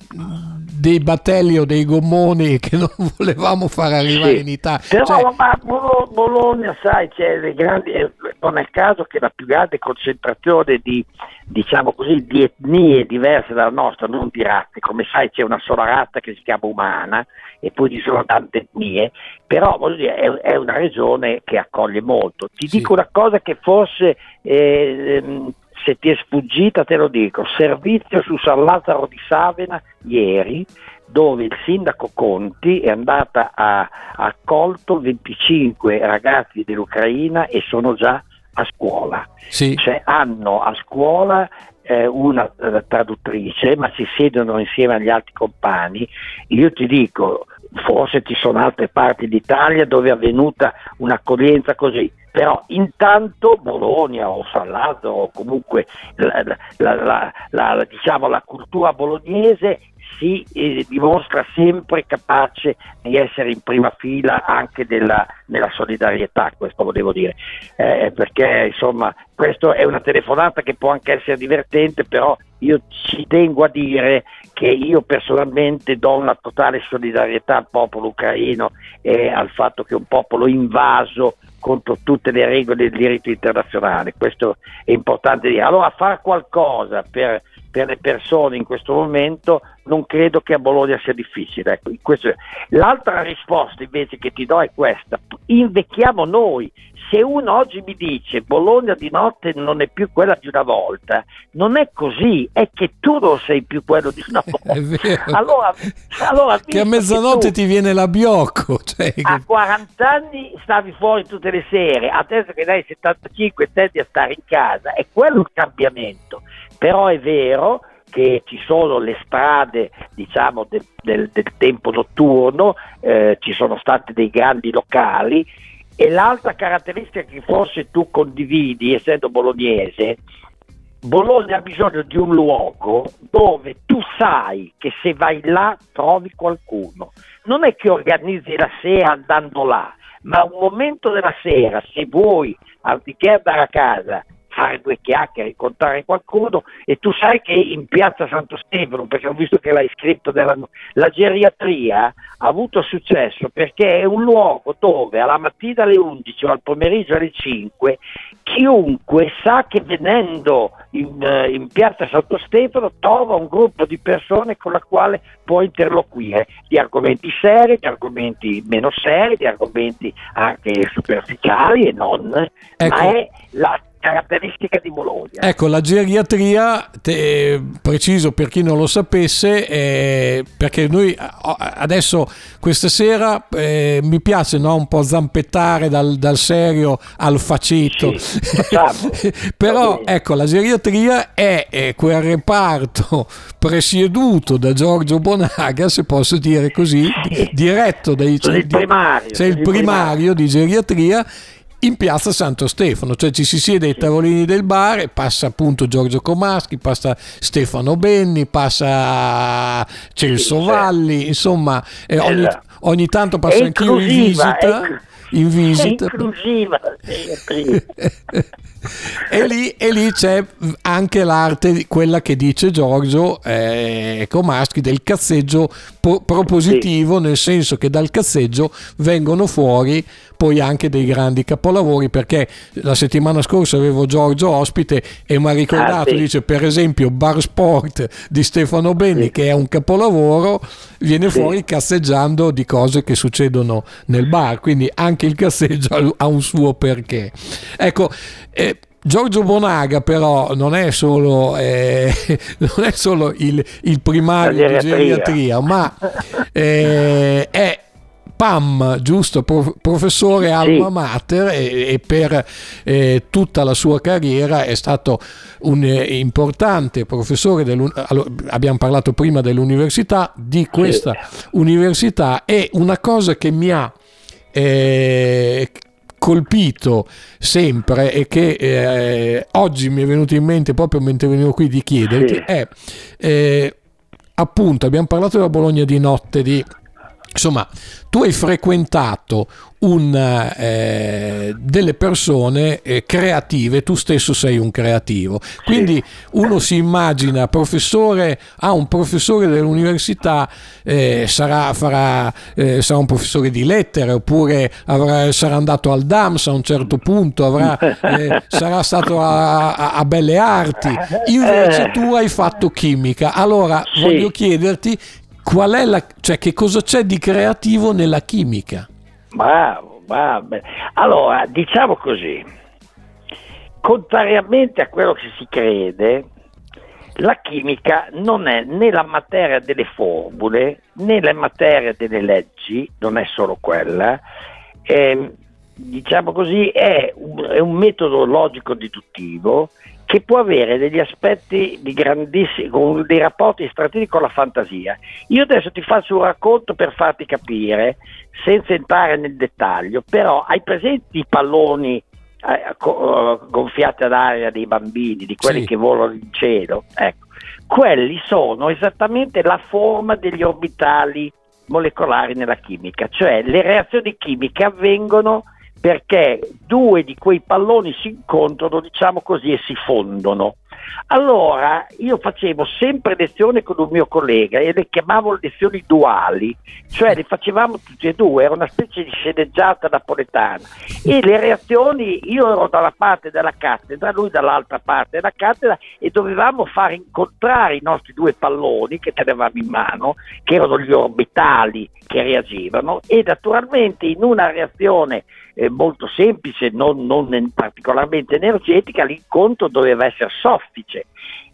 [SPEAKER 1] dei battelli o dei gommoni che non volevamo far arrivare
[SPEAKER 2] sì.
[SPEAKER 1] in Italia.
[SPEAKER 2] Però
[SPEAKER 1] cioè,
[SPEAKER 2] ma Bologna, sai, c'è le grandi, non è il caso che la più grande concentrazione di, diciamo così, di etnie diverse dalla nostra, non di razze, come sai c'è una sola razza che si chiama umana e poi ci sono tante etnie, però voglio dire, è, è una regione che accoglie molto. Ti
[SPEAKER 1] sì.
[SPEAKER 2] dico una cosa che forse eh, se ti è sfuggita te lo dico: servizio su San Lazzaro di Savena ieri, dove il sindaco Conti è andata a ha accolto venticinque ragazzi dell'Ucraina e sono già a scuola,
[SPEAKER 1] sì.
[SPEAKER 2] cioè hanno a scuola eh, una eh, traduttrice, ma si siedono insieme agli altri compagni. Io ti dico, forse ci sono altre parti d'Italia dove è avvenuta un'accoglienza così, però intanto Bologna o San Lazzaro o comunque la, la, la, la, diciamo, la cultura bolognese si eh, dimostra sempre capace di essere in prima fila anche della, nella solidarietà, questo lo devo dire, eh, perché insomma questa è una telefonata che può anche essere divertente, però io ci tengo a dire che io personalmente do una totale solidarietà al popolo ucraino e al fatto che è un popolo invaso contro tutte le regole del diritto internazionale. Questo è importante dire. Allora fare qualcosa per per le persone in questo momento, non credo che a Bologna sia difficile. Ecco, questo è. L'altra risposta invece che ti do è questa: invecchiamo noi. Se uno oggi mi dice Bologna di notte non è più quella di una volta, non è così, è che tu non sei più quello di una volta.
[SPEAKER 1] È vero.
[SPEAKER 2] Allora, allora
[SPEAKER 1] che a mezzanotte
[SPEAKER 2] tu,
[SPEAKER 1] ti viene l'abbiocco. Cioè,
[SPEAKER 2] a quaranta anni stavi fuori tutte le sere, adesso che dai settantacinque tendi a stare in casa, è quello il cambiamento. Però è vero che ci sono le strade, diciamo, del, del, del tempo notturno, eh, ci sono stati dei grandi locali. E l'altra caratteristica che forse tu condividi, essendo bolognese, Bologna ha bisogno di un luogo dove tu sai che se vai là trovi qualcuno. Non è che organizzi la sera andando là, ma un momento della sera, se vuoi, anziché andare a casa, fare due chiacchiere, incontrare qualcuno, e tu sai che in piazza Santo Stefano, perché ho visto che l'hai scritto, della, la geriatria ha avuto successo perché è un luogo dove alla mattina alle undici o al pomeriggio alle cinque chiunque sa che venendo in, in piazza Santo Stefano trova un gruppo di persone con la quale può interloquire di argomenti seri, di argomenti meno seri, di argomenti anche superficiali e non, ecco. Ma è la caratteristica di Bologna.
[SPEAKER 1] Ecco, la geriatria, te, preciso per chi non lo sapesse, eh, perché noi adesso questa sera eh, mi piace, no, un po' zampettare dal, dal serio al faceto. Sì, però ecco, la geriatria è, è quel reparto presieduto da Giorgio Bonaga, se posso dire così, sì. diretto dai
[SPEAKER 2] c'è il primario,
[SPEAKER 1] c'è il primario, primario di geriatria in piazza Santo Stefano, cioè ci si siede ai tavolini del bar e passa appunto Giorgio Comaschi, passa Stefano Benni, passa Celso sì, Valli, insomma eh, ogni, ogni tanto passo anch'io in visita. È, in visita.
[SPEAKER 2] È inclusiva.
[SPEAKER 1] E lì, e lì c'è anche l'arte, quella che dice Giorgio eh, Comaschi, del cazzeggio po- propositivo, sì. Nel senso che dal cazzeggio vengono fuori poi anche dei grandi capolavori, perché la settimana scorsa avevo Giorgio ospite e mi ha ricordato, ah, sì. dice per esempio Bar Sport di Stefano Benni, sì. che è un capolavoro, viene sì. fuori cazzeggiando di cose che succedono nel bar, quindi anche il cazzeggio ha un suo perché. Ecco, eh, Giorgio Bonaga però non è solo, eh, non è solo il, il primario di geriatria, ma eh, è P A M, giusto, Pro, professore alma mater, e, e per eh, tutta la sua carriera è stato un eh, importante professore. Allora, abbiamo parlato prima dell'università, di questa sì. università, e una cosa che mi ha eh, colpito sempre e che eh, oggi mi è venuto in mente proprio mentre venivo qui di chiederti sì. è eh, appunto, abbiamo parlato della Bologna di notte, di insomma, tu hai frequentato un, eh, delle persone eh, creative, tu stesso sei un creativo, quindi uno si immagina professore, ah, un professore dell'università eh, sarà, farà, eh, sarà un professore di lettere, oppure avrà, sarà andato al D A M S a un certo punto, avrà, eh, sarà stato a, a, a Belle Arti, invece tu hai fatto chimica. Allora sì. voglio chiederti qual è la, cioè che cosa c'è di creativo nella chimica?
[SPEAKER 2] Bravo, bravo. Allora, diciamo così, contrariamente a quello che si crede, la chimica non è né la materia delle formule né la materia delle leggi, non è solo quella, eh, diciamo così, è un, è un metodo logico-deduttivo che può avere degli aspetti di grandissimi, con dei rapporti strategici con la fantasia. Io adesso ti faccio un racconto per farti capire, senza entrare nel dettaglio, però hai presenti i palloni eh, gonfiati ad aria dei bambini, di quelli sì. che volano in cielo? Ecco, quelli sono esattamente la forma degli orbitali molecolari nella chimica, cioè le reazioni chimiche avvengono perché due di quei palloni si incontrano, diciamo così, e si fondono. Allora io facevo sempre lezioni con un mio collega e le chiamavo lezioni duali, cioè le facevamo tutti e due, era una specie di sceneggiata napoletana, e le reazioni, io ero dalla parte della cattedra, lui dall'altra parte della cattedra, e dovevamo far incontrare i nostri due palloni che tenevamo in mano, che erano gli orbitali che reagivano, e naturalmente in una reazione eh, molto semplice, non, non particolarmente energetica, l'incontro doveva essere soffice.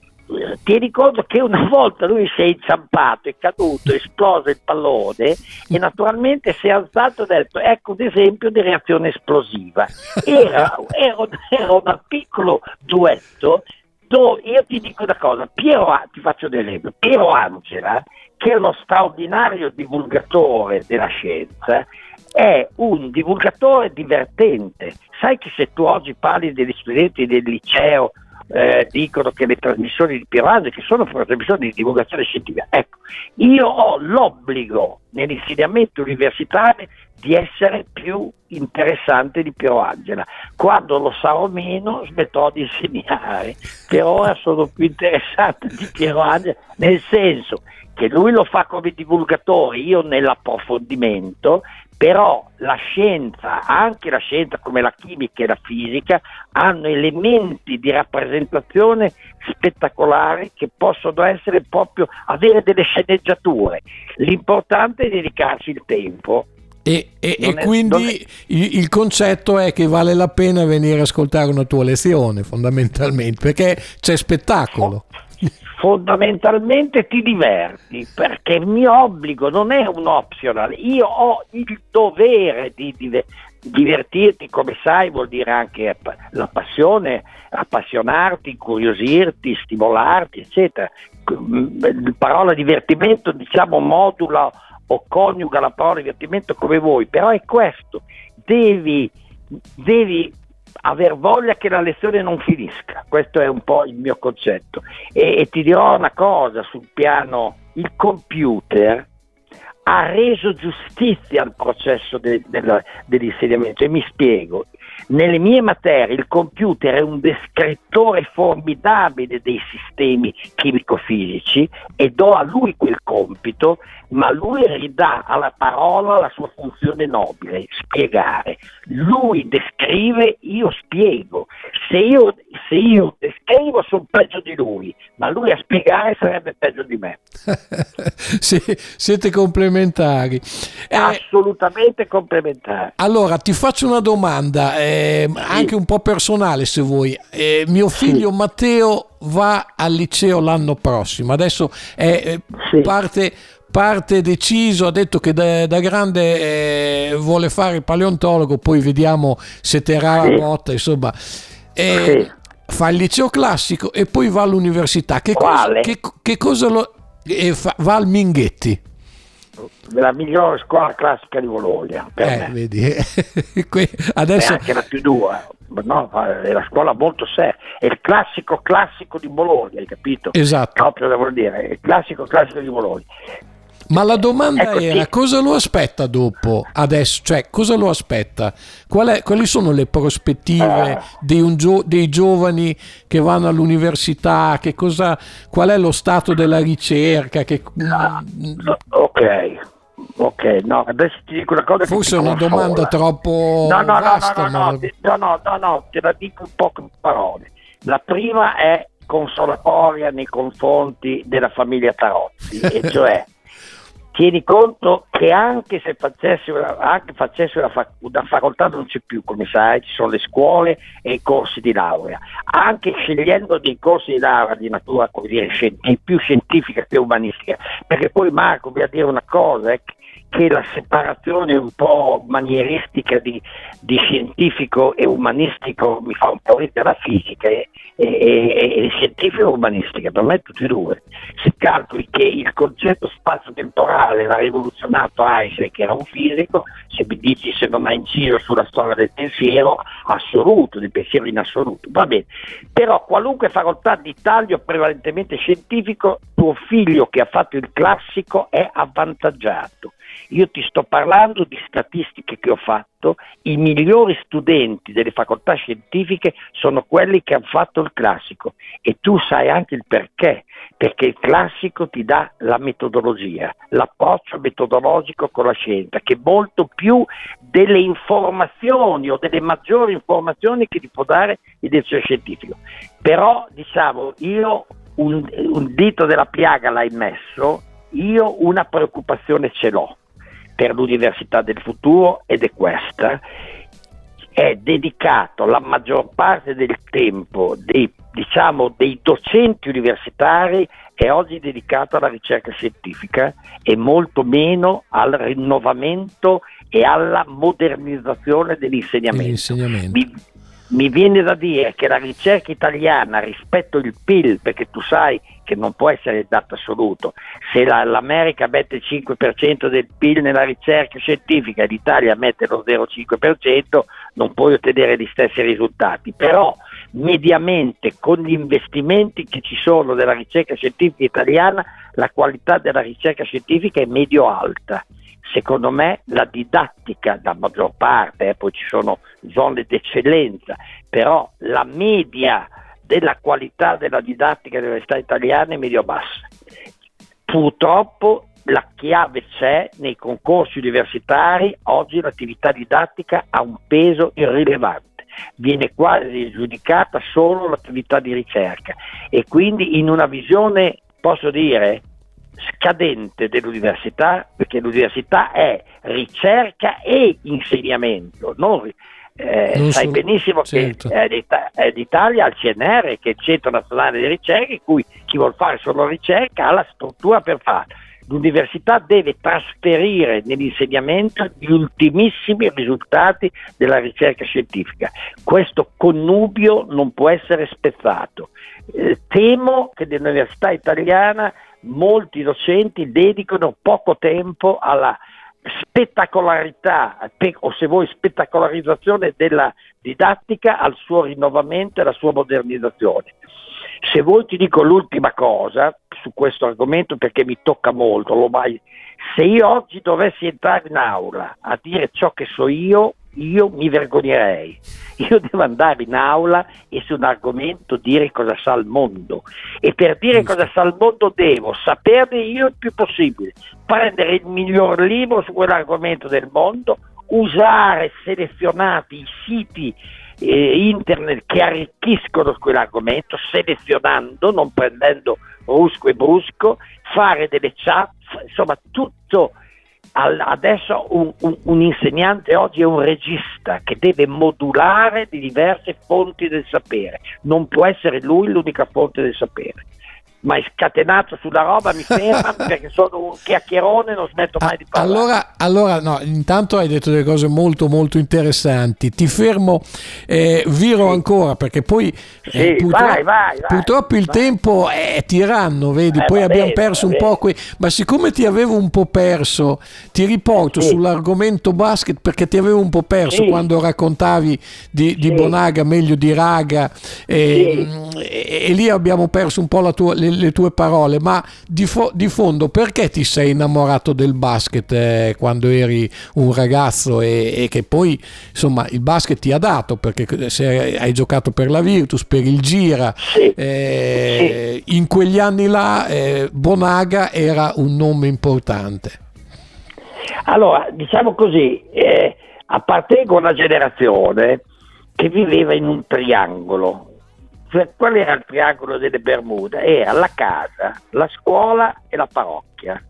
[SPEAKER 2] Tieni conto che una volta lui si è inciampato, è caduto, è esploso il pallone e naturalmente si è alzato e ha detto: ecco un esempio di reazione esplosiva. Era, era, era un piccolo duetto dove io ti dico una cosa, Piero, ti faccio un esempio, Piero Angela, che è uno straordinario divulgatore della scienza, è un divulgatore divertente. Sai che se tu oggi parli degli studenti del liceo, Eh, dicono che le trasmissioni di Piero Angela, che sono trasmissioni di divulgazione scientifica, ecco, io ho l'obbligo nell'insegnamento universitario di essere più interessante di Piero Angela. Quando lo sarò meno smetterò di insegnare. Per ora sono più interessante di Piero Angela, nel senso che lui lo fa come divulgatore, io nell'approfondimento. Però la scienza, anche la scienza come la chimica e la fisica, hanno elementi di rappresentazione spettacolari che possono essere proprio, avere delle sceneggiature. L'importante è dedicarci il tempo.
[SPEAKER 1] E, e, e
[SPEAKER 2] è,
[SPEAKER 1] quindi
[SPEAKER 2] è...
[SPEAKER 1] il, il concetto è che vale la pena venire a ascoltare una tua lezione, fondamentalmente, perché c'è spettacolo.
[SPEAKER 2] Fondamentalmente ti diverti, perché il mio obbligo non è un optional, io ho il dovere di, di divertirti, come sai, vuol dire anche la passione, appassionarti, incuriosirti, stimolarti, eccetera. La parola divertimento, diciamo, modula o coniuga la parola divertimento come vuoi, però è questo, devi, devi aver voglia che la lezione non finisca, questo è un po' il mio concetto. E, e ti dirò una cosa sul piano, il computer ha reso giustizia al processo de, de, dell'insegnamento, e mi spiego. Nelle mie materie il computer è un descrittore formidabile dei sistemi chimico-fisici e do a lui quel compito, ma lui ridà alla parola la sua funzione nobile, spiegare. Lui descrive, io spiego. Se io, se io descrivo sono peggio di lui, ma lui a spiegare sarebbe peggio di me.
[SPEAKER 1] sì, siete complementari.
[SPEAKER 2] Eh, Assolutamente complementari.
[SPEAKER 1] Allora ti faccio una domanda, eh, sì. anche un po' personale se vuoi. Eh, mio figlio sì. Matteo va al liceo l'anno prossimo, adesso è sì. parte... parte deciso, ha detto che da, da grande eh, vuole fare il paleontologo, poi vediamo se terrà
[SPEAKER 2] sì.
[SPEAKER 1] la botta, insomma. Eh, sì. Fa il liceo classico e poi va all'università. Che
[SPEAKER 2] Quale?
[SPEAKER 1] Cosa, che, che cosa lo eh, fa, va al Minghetti,
[SPEAKER 2] la migliore scuola classica di Bologna per
[SPEAKER 1] eh,
[SPEAKER 2] me.
[SPEAKER 1] Vedi? Adesso
[SPEAKER 2] è anche la più dura, no, è la scuola molto seria, è il classico classico di Bologna, hai capito?
[SPEAKER 1] Esatto.
[SPEAKER 2] Proprio devo dire, è il classico classico di Bologna.
[SPEAKER 1] Ma la domanda
[SPEAKER 2] ecco,
[SPEAKER 1] era
[SPEAKER 2] sì.
[SPEAKER 1] cosa lo aspetta dopo, adesso, cioè cosa lo aspetta? Qual è, quali sono le prospettive
[SPEAKER 2] eh.
[SPEAKER 1] di un gio, dei giovani che vanno all'università? Che cosa, qual è lo stato della ricerca? Che...
[SPEAKER 2] Ah, ok, ok, no, adesso ti dico una cosa.
[SPEAKER 1] Forse è una
[SPEAKER 2] consola.
[SPEAKER 1] domanda troppo
[SPEAKER 2] no, no,
[SPEAKER 1] vasta.
[SPEAKER 2] No, no, no,
[SPEAKER 1] ma...
[SPEAKER 2] no, no, no, no, te la dico un po' con parole. La prima è consolatoria nei confronti della famiglia Tarozzi, e cioè tieni conto che anche se facessi una, anche facessi una, fac- una facoltà non c'è più, come sai, ci sono le scuole e i corsi di laurea, anche scegliendo dei corsi di laurea di natura, come dire, scient- più scientifica che umanistica, perché poi Marco vi a dire una cosa, è che la separazione un po' manieristica di, di scientifico e umanistico mi fa un po' ridere la fisica e, e, e, e scientifico e umanistica, per me tutti e due. Se calcoli che il concetto spazio-temporale l'ha rivoluzionato Einstein, che era un fisico, se mi dici se non ha inciso sulla storia del pensiero assoluto, del pensiero in assoluto, va bene. Però qualunque facoltà di taglio prevalentemente scientifico, tuo figlio che ha fatto il classico è avvantaggiato. Io ti sto parlando di statistiche che ho fatto. I migliori studenti delle facoltà scientifiche sono quelli che hanno fatto il classico, e tu sai anche il perché, perché il classico ti dà la metodologia, l'approccio metodologico con la scienza, che è molto più delle informazioni o delle maggiori informazioni che ti può dare il liceo scientifico. Però diciamo, io un, un dito della piaga l'hai messo, io una preoccupazione ce l'ho per l'università del futuro, ed è questa: è dedicato la maggior parte del tempo dei, diciamo, dei docenti universitari è oggi dedicato alla ricerca scientifica e molto meno al rinnovamento e alla modernizzazione dell'insegnamento.
[SPEAKER 1] dell'insegnamento.
[SPEAKER 2] Mi, mi viene da dire che la ricerca italiana rispetto al P I L, perché tu sai che non può essere il dato assoluto, se la, l'America mette il cinque per cento del P I L nella ricerca scientifica e l'Italia mette lo zero virgola cinque per cento, non puoi ottenere gli stessi risultati. Però mediamente, con gli investimenti che ci sono nella ricerca scientifica italiana, la qualità della ricerca scientifica è medio-alta. Secondo me la didattica, la maggior parte, eh, poi ci sono zone d'eccellenza, però la media della qualità della didattica delle università italiane è medio-bassa. Purtroppo la chiave c'è nei concorsi universitari. Oggi l'attività didattica ha un peso irrilevante, viene quasi giudicata solo l'attività di ricerca, e quindi in una visione, posso dire, scadente dell'università, perché l'università è ricerca e insegnamento, non, eh, non sai so, benissimo certo. che eh, l'Italia ha il C N R, che è il Centro Nazionale di Ricerca, in cui chi vuol fare solo ricerca ha la struttura per farlo. L'università deve trasferire nell'insegnamento gli ultimissimi risultati della ricerca scientifica. Questo connubio non può essere spezzato. Eh, temo che nell'università italiana molti docenti dedicano poco tempo alla spettacolarità, o se vuoi spettacolarizzazione della didattica, al suo rinnovamento e alla sua modernizzazione. Se vuoi ti dico l'ultima cosa su questo argomento, perché mi tocca molto. Lo mai... Se io oggi dovessi entrare in aula a dire ciò che so io, io mi vergognerei. Io devo andare in aula e su un argomento dire cosa sa il mondo, e per dire cosa sa il mondo devo saperne io il più possibile, prendere il miglior libro su quell'argomento del mondo, usare selezionati i siti eh, internet che arricchiscono quell'argomento, selezionando, non prendendo rusco e brusco, fare delle chat, insomma tutto. Adesso un, un, un insegnante oggi è un regista che deve modulare di diverse fonti del sapere, non può essere lui l'unica fonte del sapere. Ma è scatenato sulla roba, mi ferma perché sono un chiacchierone, non smetto mai di parlare.
[SPEAKER 1] Allora, allora no, intanto hai detto delle cose molto molto interessanti. Ti fermo, eh, viro sì. ancora, perché poi eh,
[SPEAKER 2] sì,
[SPEAKER 1] purtroppo,
[SPEAKER 2] vai, vai, vai,
[SPEAKER 1] purtroppo il
[SPEAKER 2] vai.
[SPEAKER 1] tempo è tiranno, vedi,
[SPEAKER 2] eh,
[SPEAKER 1] poi abbiamo
[SPEAKER 2] bene,
[SPEAKER 1] perso un po' qui, ma siccome ti avevo un po' perso, ti riporto sì. sull'argomento basket, perché ti avevo un po' perso sì. quando raccontavi di, di sì. Bonaga, meglio di Raga, e, sì. e, e lì abbiamo perso un po' la tua, le, le tue parole, ma di, fo- di fondo perché ti sei innamorato del basket eh, quando eri un ragazzo, e, e che poi insomma il basket ti ha dato, perché se hai giocato per la Virtus, per il Gira,
[SPEAKER 2] sì.
[SPEAKER 1] Eh, sì. in quegli anni là eh, Bonaga era un nome importante.
[SPEAKER 2] Allora, diciamo così, eh, appartengo a una generazione che viveva in un triangolo. Cioè, qual era il triangolo delle Bermuda? Era la casa, la scuola e la parrocchia.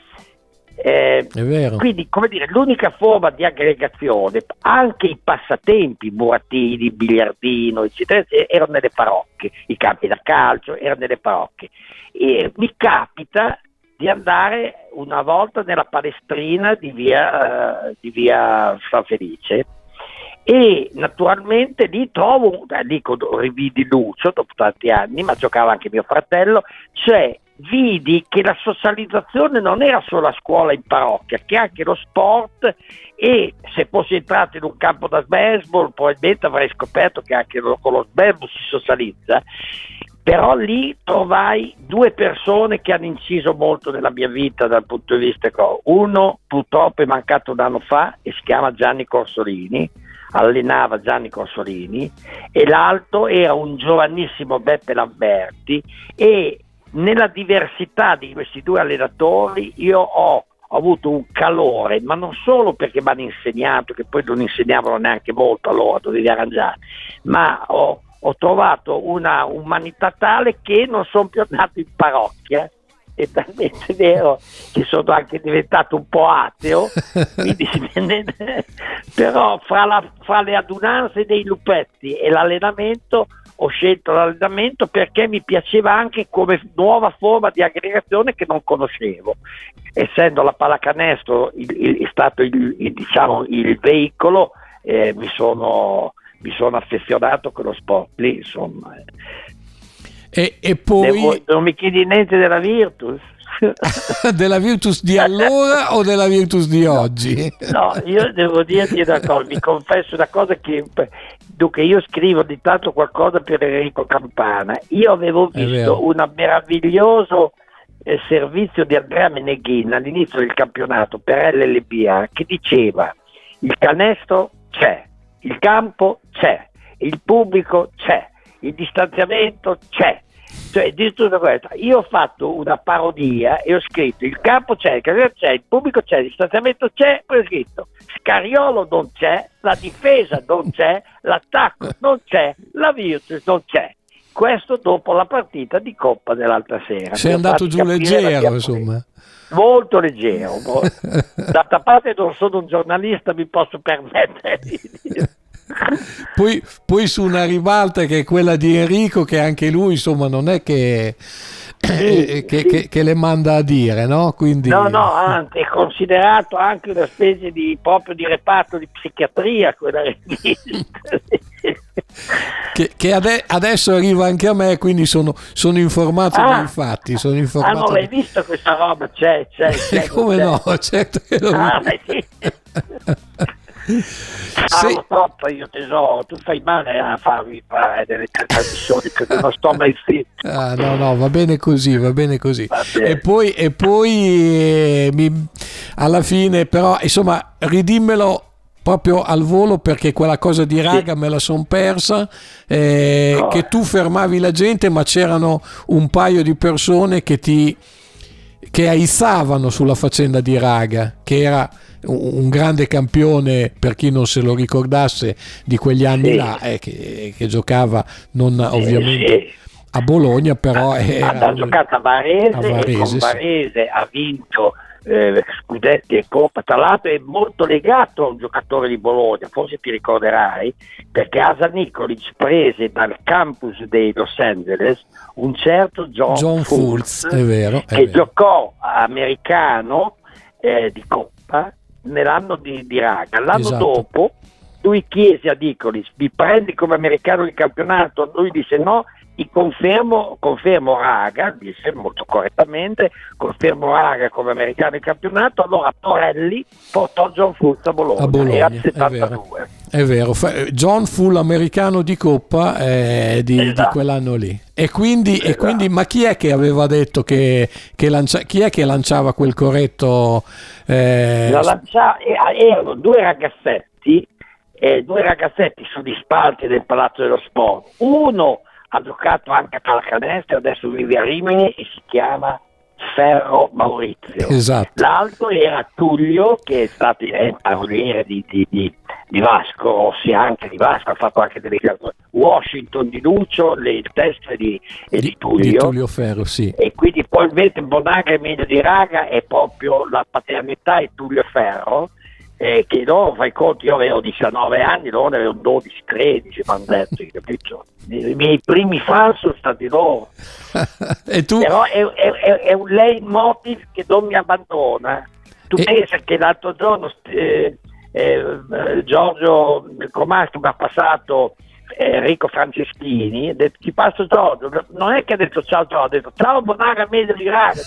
[SPEAKER 2] Eh,
[SPEAKER 1] È vero.
[SPEAKER 2] Quindi, come dire, l'unica forma di aggregazione, anche i passatempi, burattini, il biliardino, eccetera, erano nelle parrocchie, i campi da calcio erano nelle parrocchie. E mi capita di andare una volta nella palestrina di via, uh, di via San Felice, e naturalmente lì trovo, eh, dico, rividi Lucio dopo tanti anni, ma giocava anche mio fratello, cioè vidi che la socializzazione non era solo a scuola in parrocchia, che anche lo sport, e se fossi entrato in un campo da baseball probabilmente avrei scoperto che anche con lo baseball si socializza, Però lì trovai due persone che hanno inciso molto nella mia vita dal punto di vista economico. Uno purtroppo è mancato un anno fa e si chiama Gianni Corsolini, allenava Gianni Corsolini, e l'altro era un giovanissimo Beppe Lamberti, e nella diversità di questi due allenatori io ho ho avuto un calore, ma non solo perché mi hanno insegnato, che poi non insegnavano neanche molto allora, dovevi arrangiare, ma ho, ho trovato una umanità tale che non sono più andato in parrocchia, è talmente vero che sono anche diventato un po' ateo, quindi, però fra, la, fra le adunanze dei lupetti e l'allenamento ho scelto l'allenamento perché mi piaceva anche come nuova forma di aggregazione che non conoscevo, essendo la pallacanestro il, il, è stato il, il, diciamo, il veicolo, eh, mi sono mi sono affezionato con lo sport lì, insomma.
[SPEAKER 1] E, e poi
[SPEAKER 2] Devo, non mi chiedi niente della Virtus?
[SPEAKER 1] Della Virtus di allora o della Virtus di oggi?
[SPEAKER 2] No, io devo dirti una cosa, mi confesso una cosa che dunque io scrivo di tanto qualcosa per Enrico Campana. Io avevo visto un meraviglioso eh, servizio di Andrea Meneghin all'inizio del campionato per L L B A che diceva: il canestro c'è, il campo c'è, il pubblico c'è, il distanziamento c'è. Cioè, di tutto questo, io ho fatto una parodia e ho scritto: il campo c'è, il canestro c'è, il pubblico c'è, il distanziamento c'è, poi ho scritto: Scariolo non c'è, la difesa non c'è, l'attacco non c'è, la Virtus non c'è. Questo dopo la partita di Coppa dell'altra sera.
[SPEAKER 1] Sei andato giù leggero, insomma.
[SPEAKER 2] Molto leggero. D'altra parte non sono un giornalista, mi posso permettere di dire.
[SPEAKER 1] Poi, poi su una ribalta che è quella di Enrico, che anche lui insomma non è che,
[SPEAKER 2] sì,
[SPEAKER 1] che,
[SPEAKER 2] sì.
[SPEAKER 1] che, che le manda a dire, no? Quindi...
[SPEAKER 2] No, no, anzi è considerato anche una specie di proprio di reparto di psichiatria quella rivista.
[SPEAKER 1] che, che ade- adesso arriva anche a me, quindi sono, sono informato
[SPEAKER 2] ah,
[SPEAKER 1] dei fatti. Sono informato
[SPEAKER 2] ah, non l'hai
[SPEAKER 1] di...
[SPEAKER 2] visto questa roba? C'è, c'è, c'è.
[SPEAKER 1] Come
[SPEAKER 2] c'è.
[SPEAKER 1] no? Certo che lo
[SPEAKER 2] ah, sì.
[SPEAKER 1] Sì.
[SPEAKER 2] Ah, troppo io tesoro, tu fai male a farmi fare delle trasmissioni perché non sto mai zitto.
[SPEAKER 1] Ah, no, no, va bene così, va bene così.
[SPEAKER 2] Va bene.
[SPEAKER 1] E poi, e poi eh, mi, alla fine, però, insomma, ridimmelo proprio al volo perché quella cosa di Raga sì. me la son persa, eh, no. che tu fermavi la gente, ma c'erano un paio di persone che ti che aizzavano sulla faccenda di Raga, che era un grande campione, per chi non se lo ricordasse, di quegli anni sì. là, eh, che, che giocava non sì, ovviamente sì. a Bologna, però era
[SPEAKER 2] ha giocato a Varese,
[SPEAKER 1] a Varese,
[SPEAKER 2] e con Varese sì. ha vinto eh, scudetti e Coppa. Tra l'altro è molto legato a un giocatore di Bologna, forse ti ricorderai, perché Asa Nikolic prese dal campus dei Los Angeles un certo John,
[SPEAKER 1] John Fultz, è vero, è
[SPEAKER 2] che
[SPEAKER 1] vero.
[SPEAKER 2] giocò americano eh, di Coppa nell'anno di, di Raga. L'anno
[SPEAKER 1] esatto.
[SPEAKER 2] dopo lui chiese a Nikolic: mi prendi come americano di campionato? Lui disse no, ti confermo, confermo Raga, disse molto correttamente, confermo Raga come americano di campionato. Allora Torelli portò John Fultz a Bologna,
[SPEAKER 1] a Bologna
[SPEAKER 2] era il settantadue.
[SPEAKER 1] È vero, John fu l'americano di Coppa eh, di, esatto. di quell'anno lì. E quindi, esatto. e quindi, ma chi è che aveva detto che, che lancia, chi è che lanciava quel corretto? Eh...
[SPEAKER 2] La lancia, erano due ragazzetti, eh, due ragazzetti sugli spalti del Palazzo dello Sport. Uno ha giocato anche a pallacanestro, adesso vive a Rimini e si chiama Ferro Maurizio.
[SPEAKER 1] Esatto.
[SPEAKER 2] L'altro era Tullio, che è stato il paroliere di, di, di, di Vasco Rossi, anche di Vasco, ha fatto anche delle Washington di Lucio, le teste di, di, di Tullio.
[SPEAKER 1] Di Tullio Ferro, sì.
[SPEAKER 2] E quindi poi invece Bonaga e meglio di Raga è proprio la paternità di Tullio Ferro, eh, che loro, fai conto, io avevo diciannove anni, loro ne avevano dodici tredici, mi hanno detto, capito? I miei primi fan sono stati loro.
[SPEAKER 1] E tu?
[SPEAKER 2] Però è, è, è un leitmotiv che non mi abbandona. Tu e... pensa che l'altro giorno eh, eh, Giorgio Comasco mi ha passato Enrico Franceschini, ha detto: ti passo Giorgio, non è che ha detto ciao Giorgio, ha detto ciao Bonaga meglio di Raga.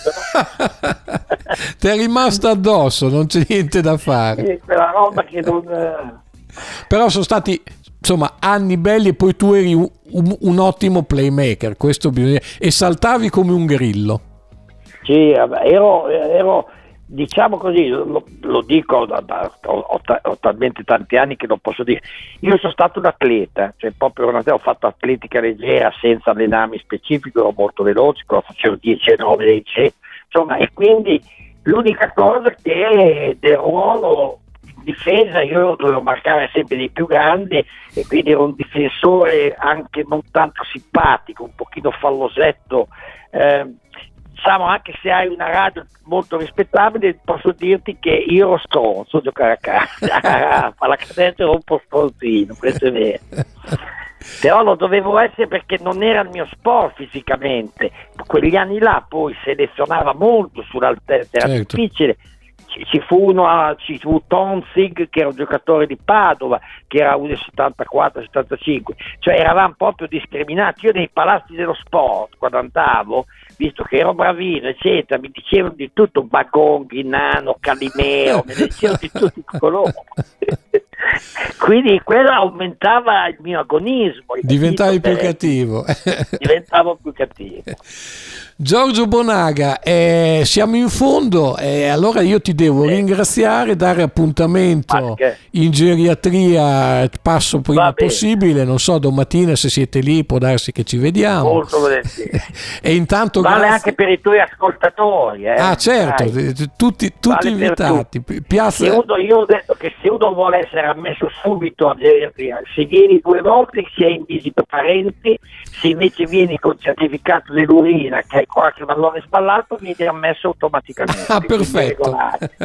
[SPEAKER 1] Ti è rimasto addosso, non c'è niente da fare.
[SPEAKER 2] Sì, quella roba che non...
[SPEAKER 1] Però sono stati insomma anni belli, e poi tu eri un, un, un ottimo playmaker, questo bisogna, e saltavi come un grillo.
[SPEAKER 2] Sì, ero, ero diciamo così, lo, lo dico da, da, ho, ho talmente tanti anni che non posso dire, io sono stato un atleta, cioè proprio ho fatto atletica leggera senza allenarmi specifico, ero molto veloce, facevo dieci e nove, insomma, e quindi l'unica cosa che del ruolo in difesa io dovevo marcare sempre dei più grandi, e quindi ero un difensore anche non tanto simpatico, un pochino fallosetto, eh, diciamo, anche se hai una radio molto rispettabile, posso dirti che io ero stronzo a giocare a calcio, alla cadenza ero un po' stronzino, questo è vero. Però lo dovevo essere perché non era il mio sport fisicamente. Quegli anni là poi selezionava molto sull'altezza, era certo. difficile. Ci, ci fu uno a, ci fu Tonzig, che era un giocatore di Padova, che era uno virgola settantaquattro settantacinque, cioè eravamo proprio discriminati. Io nei palazzi dello sport, quando andavo, visto che ero bravino eccetera, mi dicevano di tutto, Bagonghi, Nano, Calimero, me ne dicevano di tutti i colori. Quindi quello aumentava il mio agonismo.
[SPEAKER 1] Diventavi più cattivo.
[SPEAKER 2] Diventavo più cattivo.
[SPEAKER 1] Giorgio Bonaga, eh, siamo in fondo, e eh, allora io ti devo eh. ringraziare, dare appuntamento in geriatria passo prima possibile, non so, domattina se siete lì può darsi che ci vediamo.
[SPEAKER 2] Molto volentieri.
[SPEAKER 1] E intanto
[SPEAKER 2] vale
[SPEAKER 1] grazie...
[SPEAKER 2] anche per i tuoi ascoltatori. Eh.
[SPEAKER 1] Ah certo, Dai. tutti, tutti vale invitati. Piazza...
[SPEAKER 2] Se uno, io ho detto che se uno vuole essere ammesso subito a geriatria, se vieni due volte si è in visita parenti, se invece vieni con certificato dell'urina che hai qualche pallone sballato, vieni ammesso automaticamente.
[SPEAKER 1] Ah, perfetto.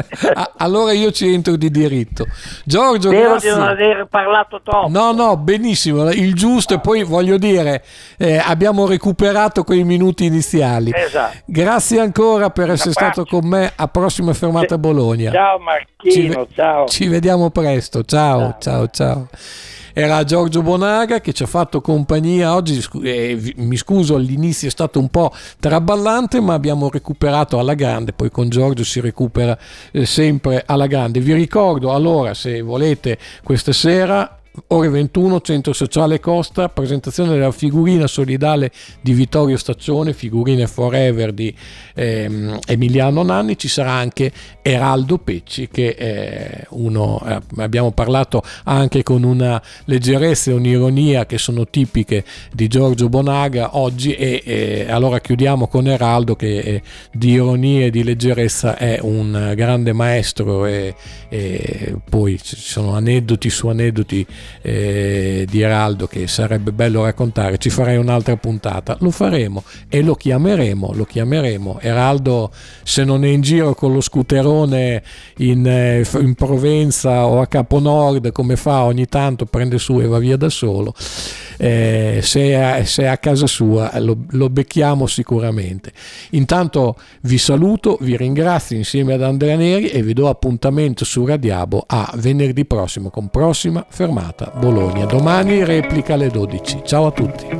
[SPEAKER 1] Allora io ci entro di diritto. Giorgio,
[SPEAKER 2] Spero
[SPEAKER 1] grazie.
[SPEAKER 2] di non aver parlato troppo.
[SPEAKER 1] No, no, benissimo, il giusto, e poi voglio dire, eh, abbiamo recuperato quei minuti iniziali.
[SPEAKER 2] Esatto.
[SPEAKER 1] Grazie ancora per essere stato con me, a prossima fermata a Bologna.
[SPEAKER 2] Ciao Marchino,
[SPEAKER 1] ci,
[SPEAKER 2] ciao.
[SPEAKER 1] Ci vediamo presto, ciao, ciao, ciao. ciao. Era Giorgio Bonaga che ci ha fatto compagnia oggi, eh, mi scuso, all'inizio è stato un po' traballante, ma abbiamo recuperato alla grande, poi con Giorgio si recupera eh, sempre alla grande. Vi ricordo allora, se volete, questa sera ore ventuno, Centro Sociale Costa, presentazione della figurina solidale di Vittorio Staccione, figurine forever di ehm, Emiliano Nanni. Ci sarà anche Eraldo Pecci, che è uno, eh, abbiamo parlato anche con una leggerezza e un'ironia che sono tipiche di Giorgio Bonaga oggi, e, e allora chiudiamo con Eraldo, che eh, di ironia e di leggerezza è un grande maestro, e, e poi ci sono aneddoti su aneddoti Eh, di Eraldo che sarebbe bello raccontare. Ci farei un'altra puntata, lo faremo e lo chiameremo lo chiameremo Eraldo, se non è in giro con lo scooterone in, eh, in Provenza o a Capo Nord, come fa ogni tanto, prende su e va via da solo. Eh, se, è, se è a casa sua lo, lo becchiamo sicuramente. Intanto vi saluto, vi ringrazio insieme ad Andrea Neri e vi do appuntamento su Radiabo a venerdì prossimo con Prossima Fermata Bologna. Domani replica alle dodici. Ciao a tutti.